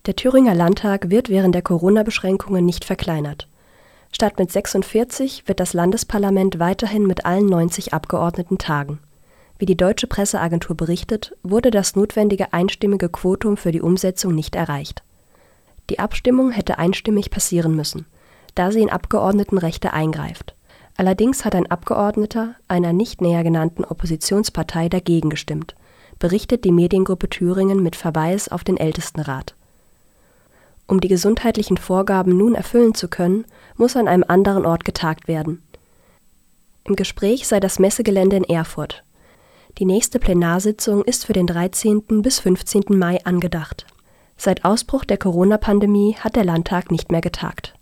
Der Thüringer Landtag wird während der Corona-Beschränkungen nicht verkleinert. Statt mit 46 wird das Landesparlament weiterhin mit allen 90 Abgeordneten tagen. Wie die Deutsche Presseagentur berichtet, wurde das notwendige einstimmige Quorum für die Umsetzung nicht erreicht. Die Abstimmung hätte einstimmig passieren müssen, da sie in Abgeordnetenrechte eingreift. Allerdings hat ein Abgeordneter einer nicht näher genannten Oppositionspartei dagegen gestimmt, berichtet die Mediengruppe Thüringen mit Verweis auf den Ältestenrat. Um die gesundheitlichen Vorgaben nun erfüllen zu können, muss an einem anderen Ort getagt werden. Im Gespräch sei das Messegelände in Erfurt. Die nächste Plenarsitzung ist für den 13. bis 15. Mai angedacht. Seit Ausbruch der Corona-Pandemie hat der Landtag nicht mehr getagt.